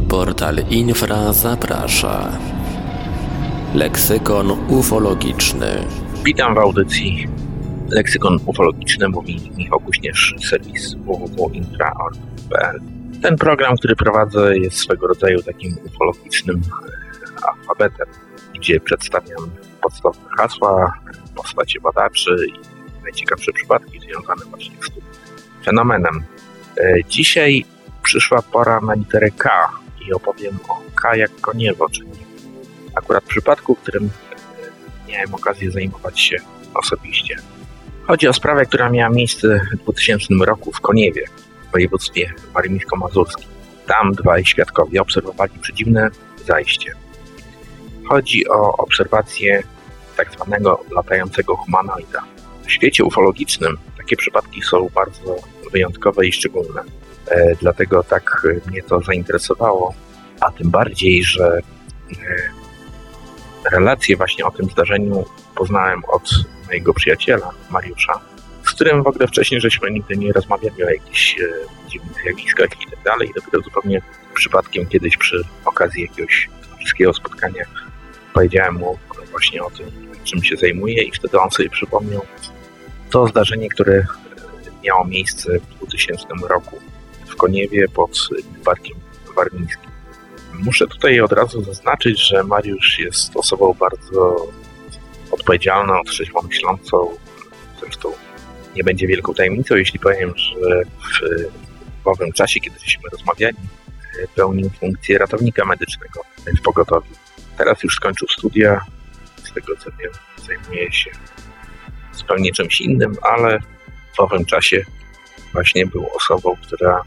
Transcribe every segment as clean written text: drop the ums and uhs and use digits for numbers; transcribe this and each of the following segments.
Portal Infra zaprasza. Leksykon ufologiczny. Witam w audycji Leksykon ufologiczny, mówi Michał Kuśnierz, serwis www.infra.pl. Ten program, który prowadzę, jest swego rodzaju takim ufologicznym alfabetem, gdzie przedstawiam podstawowe hasła, postacie badaczy i najciekawsze przypadki związane właśnie z tym fenomenem. Dzisiaj przyszła pora na literę K i opowiem o K jak koniewo, czyli akurat przypadku, którym miałem okazję zajmować się osobiście. Chodzi o sprawę, która miała miejsce w 2000 roku w Koniewie, w województwie warmińsko-mazurskim. Tam dwaj świadkowie obserwowali przedziwne zajście. Chodzi o obserwację tak zwanego latającego humanoida. W świecie ufologicznym takie przypadki są bardzo wyjątkowe i szczególne. Dlatego tak mnie to zainteresowało, a tym bardziej, że relację właśnie o tym zdarzeniu poznałem od mojego przyjaciela, Mariusza, z którym w ogóle wcześniej żeśmy nigdy nie rozmawiali o jakichś dziwnych zjawiskach i tak dalej. Dopiero zupełnie przypadkiem kiedyś przy okazji jakiegoś towarzyskiego spotkania powiedziałem mu właśnie o tym, czym się zajmuję, i wtedy on sobie przypomniał to zdarzenie, które miało miejsce w 2000 roku w Koniewie pod Parkiem Warmińskim. Muszę tutaj od razu zaznaczyć, że Mariusz jest osobą bardzo odpowiedzialną, trzeźwo myślącą. Zresztą nie będzie wielką tajemnicą, jeśli powiem, że w owym czasie, kiedy żeśmy rozmawiali, pełnił funkcję ratownika medycznego w pogotowiu. Teraz już skończył studia, z tego co wiem, zajmuje się zupełnie czymś innym, ale w owym czasie właśnie był osobą, która,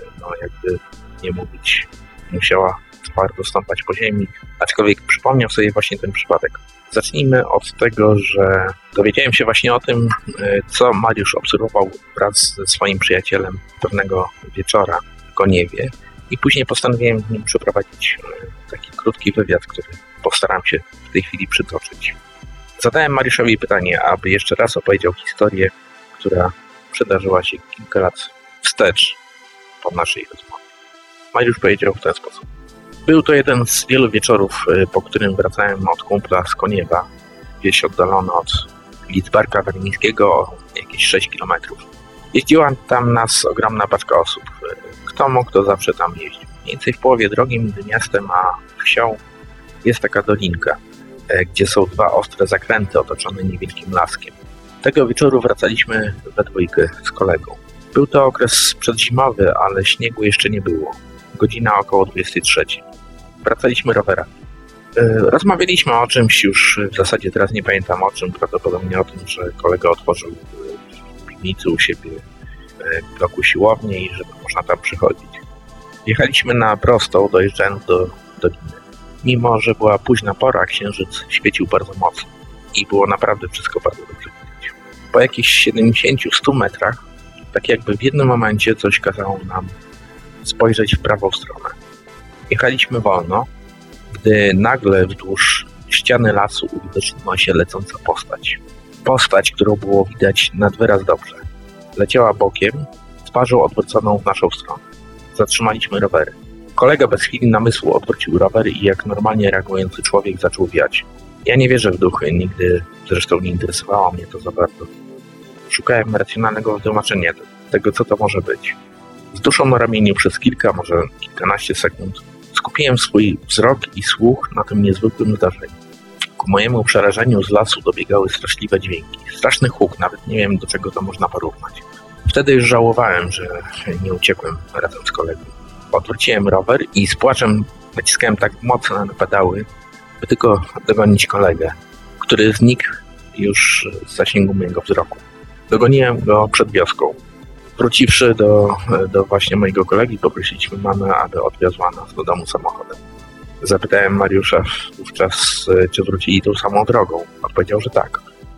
jakby nie mówić, musiała twardo stąpać po ziemi, aczkolwiek przypomniał sobie właśnie ten przypadek. Zacznijmy od tego, że dowiedziałem się właśnie o tym, co Mariusz obserwował wraz ze swoim przyjacielem pewnego wieczora w Koniewie, i później postanowiłem z nim przeprowadzić taki krótki wywiad, który postaram się w tej chwili przytoczyć. Zadałem Mariuszowi pytanie, aby jeszcze raz opowiedział historię, która przydarzyła się kilka lat wstecz po naszej rozmowie. Mariusz powiedział w ten sposób. Był to jeden z wielu wieczorów, po którym wracałem od kumpla z Koniewa, gdzieś oddalony od Lidzbarka Warmińskiego o jakieś 6 km. Jeździła tam nas ogromna paczka osób. Kto mógł, to zawsze tam jeździł. Mniej więcej w połowie drogi między miastem a wsią jest taka dolinka, gdzie są dwa ostre zakręty otoczone niewielkim laskiem. Tego wieczoru wracaliśmy we dwójkę z kolegą. Był to okres przedzimowy, ale śniegu jeszcze nie było. Godzina około 23. Wracaliśmy rowerami. Rozmawialiśmy o czymś, już w zasadzie teraz nie pamiętam o czym, prawdopodobnie o tym, że kolega otworzył w piwnicy u siebie w bloku siłownię i żeby można tam przychodzić. Jechaliśmy na prostą, dojeżdżając do doliny. Mimo że była późna pora, księżyc świecił bardzo mocno i było naprawdę wszystko bardzo dobrze widać. Po jakichś 70-100 metrach, tak jakby w jednym momencie coś kazało nam spojrzeć w prawą stronę. Jechaliśmy wolno, gdy nagle wzdłuż ściany lasu uwidoczniła się lecąca postać. Postać, którą było widać nad wyraz dobrze. Leciała bokiem, twarzą odwróconą w naszą stronę. Zatrzymaliśmy rowery. Kolega bez chwili namysłu odwrócił rower i jak normalnie reagujący człowiek zaczął wiać. Ja nie wierzę w duchy, nigdy zresztą nie interesowało mnie to za bardzo. Szukałem racjonalnego wytłumaczenia tego, co to może być. Z duszą na ramieniu przez kilka, może kilkanaście sekund skupiłem swój wzrok i słuch na tym niezwykłym zdarzeniu. Ku mojemu przerażeniu z lasu dobiegały straszliwe dźwięki. Straszny huk, nawet nie wiem, do czego to można porównać. Wtedy już żałowałem, że nie uciekłem razem z kolegą. Odwróciłem rower i z płaczem naciskałem tak mocno na pedały, by tylko dogonić kolegę, który znikł już z zasięgu mojego wzroku. Dogoniłem go przed wioską. Wróciwszy do właśnie mojego kolegi, poprosiliśmy mamę, aby odwiozła nas do domu samochodem. Zapytałem Mariusza wówczas, czy wrócili tą samą drogą. Odpowiedział, że tak.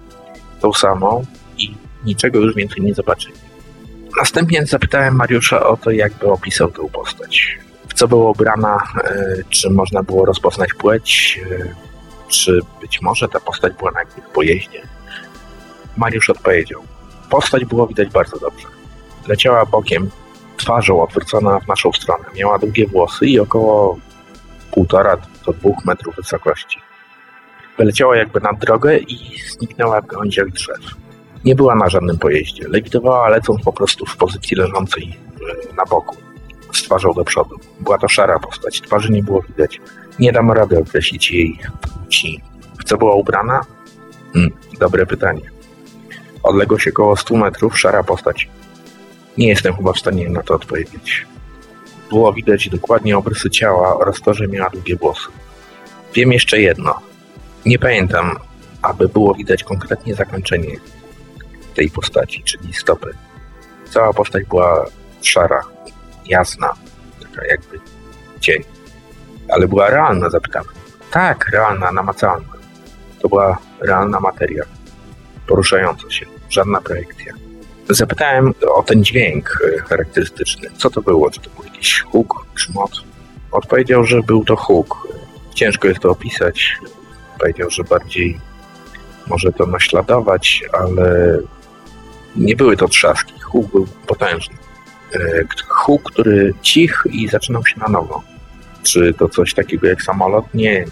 Tą samą i niczego już więcej nie zobaczyli. Następnie zapytałem Mariusza o to, jakby opisał tę postać. W co była ubrana, czy można było rozpoznać płeć, czy być może ta postać była najpierw w pojeździe. Mariusz odpowiedział. Postać było widać bardzo dobrze. Leciała bokiem twarzą odwrócona w naszą stronę. Miała długie włosy i około 1,5 do 2 metrów wysokości. Wyleciała jakby na drogę i zniknęła w gałęziach drzew. Nie była na żadnym pojeździe. Lewitowała, lecąc po prostu w pozycji leżącej na boku, z twarzą do przodu. Była to szara postać, twarzy nie było widać. Nie dam rady określić jej płci. W co była ubrana? Dobre pytanie. Odległość około 100 metrów, szara postać. Nie jestem chyba w stanie na to odpowiedzieć. Było widać dokładnie obrysy ciała oraz to, że miała długie włosy. Wiem jeszcze jedno. Nie pamiętam, aby było widać konkretnie zakończenie tej postaci, czyli stopy. Cała postać była szara, jasna, taka jakby cień. Ale była realna, zapytałem. Tak, realna, namacalna. To była realna materia, poruszająca się, żadna projekcja. Zapytałem o ten dźwięk charakterystyczny. Co to było? Czy to był jakiś huk, grzmot? Odpowiedział, że był to huk. Ciężko jest to opisać. Powiedział, że bardziej może to naśladować, ale nie były to trzaski. Huk był potężny. Huk, który cichł i zaczynał się na nowo. Czy to coś takiego jak samolot? Nie.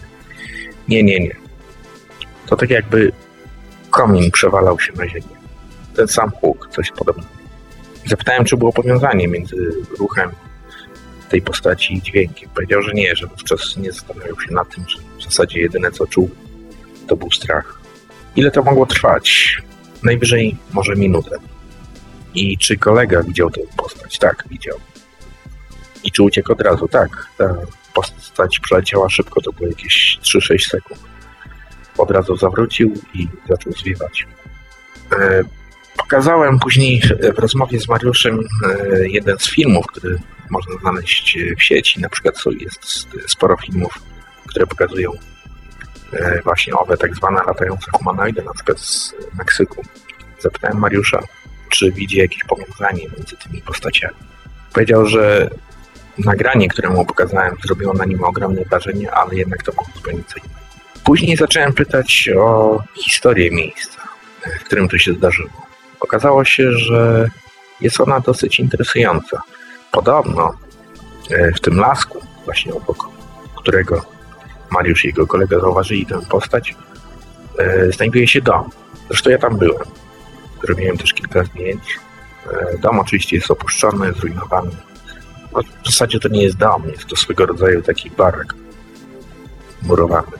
To tak jakby komin przewalał się na ziemię. Ten sam huk, coś podobnego. Zapytałem, czy było powiązanie między ruchem tej postaci i dźwiękiem. Powiedział, że nie, że wówczas nie zastanawiał się nad tym, że w zasadzie jedyne co czuł, to był strach. Ile to mogło trwać? Najwyżej może minutę. I czy kolega widział tę postać? Tak, widział. I czy uciekł od razu? Tak, ta postać przeleciała szybko, to było jakieś 3-6 sekund. Od razu zawrócił i zaczął zwiewać. Pokazałem później w rozmowie z Mariuszem jeden z filmów, który można znaleźć w sieci. Na przykład jest sporo filmów, które pokazują właśnie owe tak zwane latające humanoidy, na przykład z Meksyku. Zapytałem Mariusza, czy widzi jakieś powiązanie między tymi postaciami. Powiedział, że nagranie, które mu pokazałem, zrobiło na nim ogromne wrażenie, ale jednak to było zupełnie co innego. Później zacząłem pytać o historię miejsca, w którym to się zdarzyło. Okazało się, że jest ona dosyć interesująca. Podobno w tym lasku, właśnie obok którego Mariusz i jego kolega zauważyli tę postać, znajduje się dom. Zresztą ja tam byłem. Zrobiłem też kilka zdjęć. Dom oczywiście jest opuszczony, zrujnowany. No, w zasadzie to nie jest dom, jest to swego rodzaju taki barak murowany.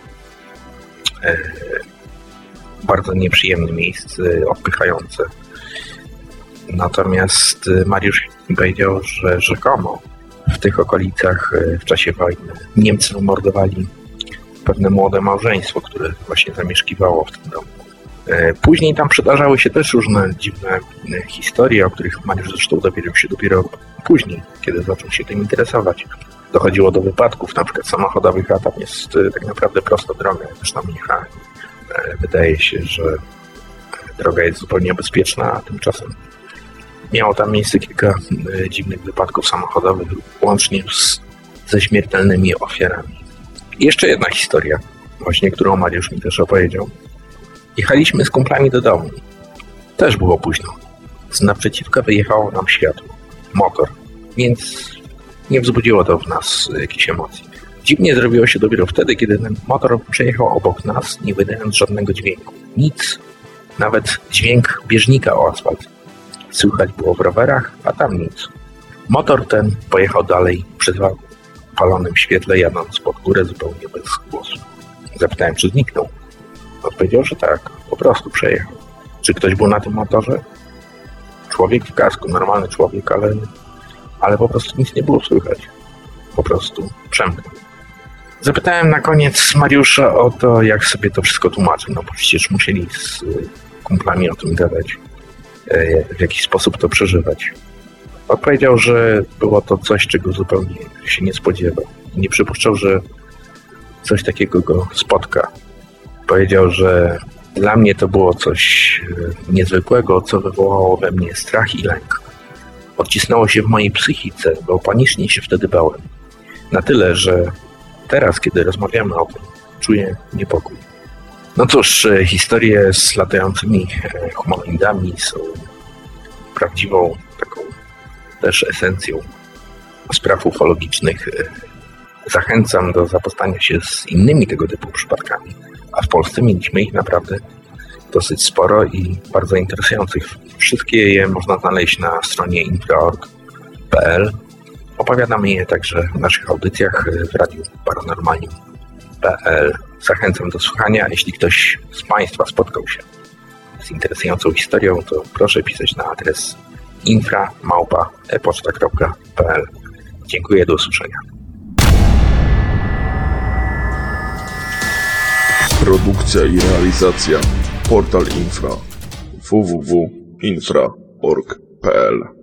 Bardzo nieprzyjemne miejsce, odpychające. Natomiast Mariusz mi powiedział, że rzekomo w tych okolicach w czasie wojny Niemcy mordowali pewne młode małżeństwo, które właśnie zamieszkiwało w tym domu. Później tam przydarzały się też różne dziwne historie, o których Mariusz zresztą dowiedział się dopiero później, kiedy zaczął się tym interesować. Dochodziło do wypadków, na przykład samochodowych, a tam jest tak naprawdę prosta droga, ja też tam jechałem. Wydaje się, że droga jest zupełnie bezpieczna, a tymczasem miało tam miejsce kilka dziwnych wypadków samochodowych, łącznie ze śmiertelnymi ofiarami. I jeszcze jedna historia, właśnie którą Mariusz mi też opowiedział. Jechaliśmy z kumplami do domu. Też było późno. Z naprzeciwka wyjechało nam światło. Motor. Więc nie wzbudziło to w nas jakichś emocji. Dziwnie zrobiło się dopiero wtedy, kiedy ten motor przejechał obok nas, nie wydając żadnego dźwięku. Nic. Nawet dźwięk bieżnika o asfalt. Słychać było w rowerach, a tam nic. Motor ten pojechał dalej przy zapalonym świetle, jadąc pod górę zupełnie bez głosu. Zapytałem, czy zniknął. Odpowiedział, że tak, po prostu przejechał. Czy ktoś był na tym motorze? Człowiek w kasku, normalny człowiek, ale po prostu nic nie było słychać. Po prostu przemknął. Zapytałem na koniec Mariusza o to, jak sobie to wszystko tłumaczył, no bo przecież musieli z kumplami o tym gadać, w jakiś sposób to przeżywać. Odpowiedział, że było to coś, czego zupełnie się nie spodziewał. Nie przypuszczał, że coś takiego go spotka. Powiedział, że dla mnie to było coś niezwykłego, co wywołało we mnie strach i lęk. Odcisnęło się w mojej psychice, bo panicznie się wtedy bałem. Na tyle, że teraz, kiedy rozmawiamy o tym, czuję niepokój. No cóż, historie z latającymi humanoidami są prawdziwą taką też esencją spraw ufologicznych. Zachęcam do zapoznania się z innymi tego typu przypadkami, a w Polsce mieliśmy ich naprawdę dosyć sporo i bardzo interesujących. Wszystkie je można znaleźć na stronie infra.org.pl. Opowiadamy je także w naszych audycjach w Radiu Paranormalium.pl. Zachęcam do słuchania. Jeśli ktoś z Państwa spotkał się z interesującą historią, to proszę pisać na adres infra@epoczta.pl. Dziękuję, do usłyszenia. Produkcja i realizacja Portal Infra www.infra.org.pl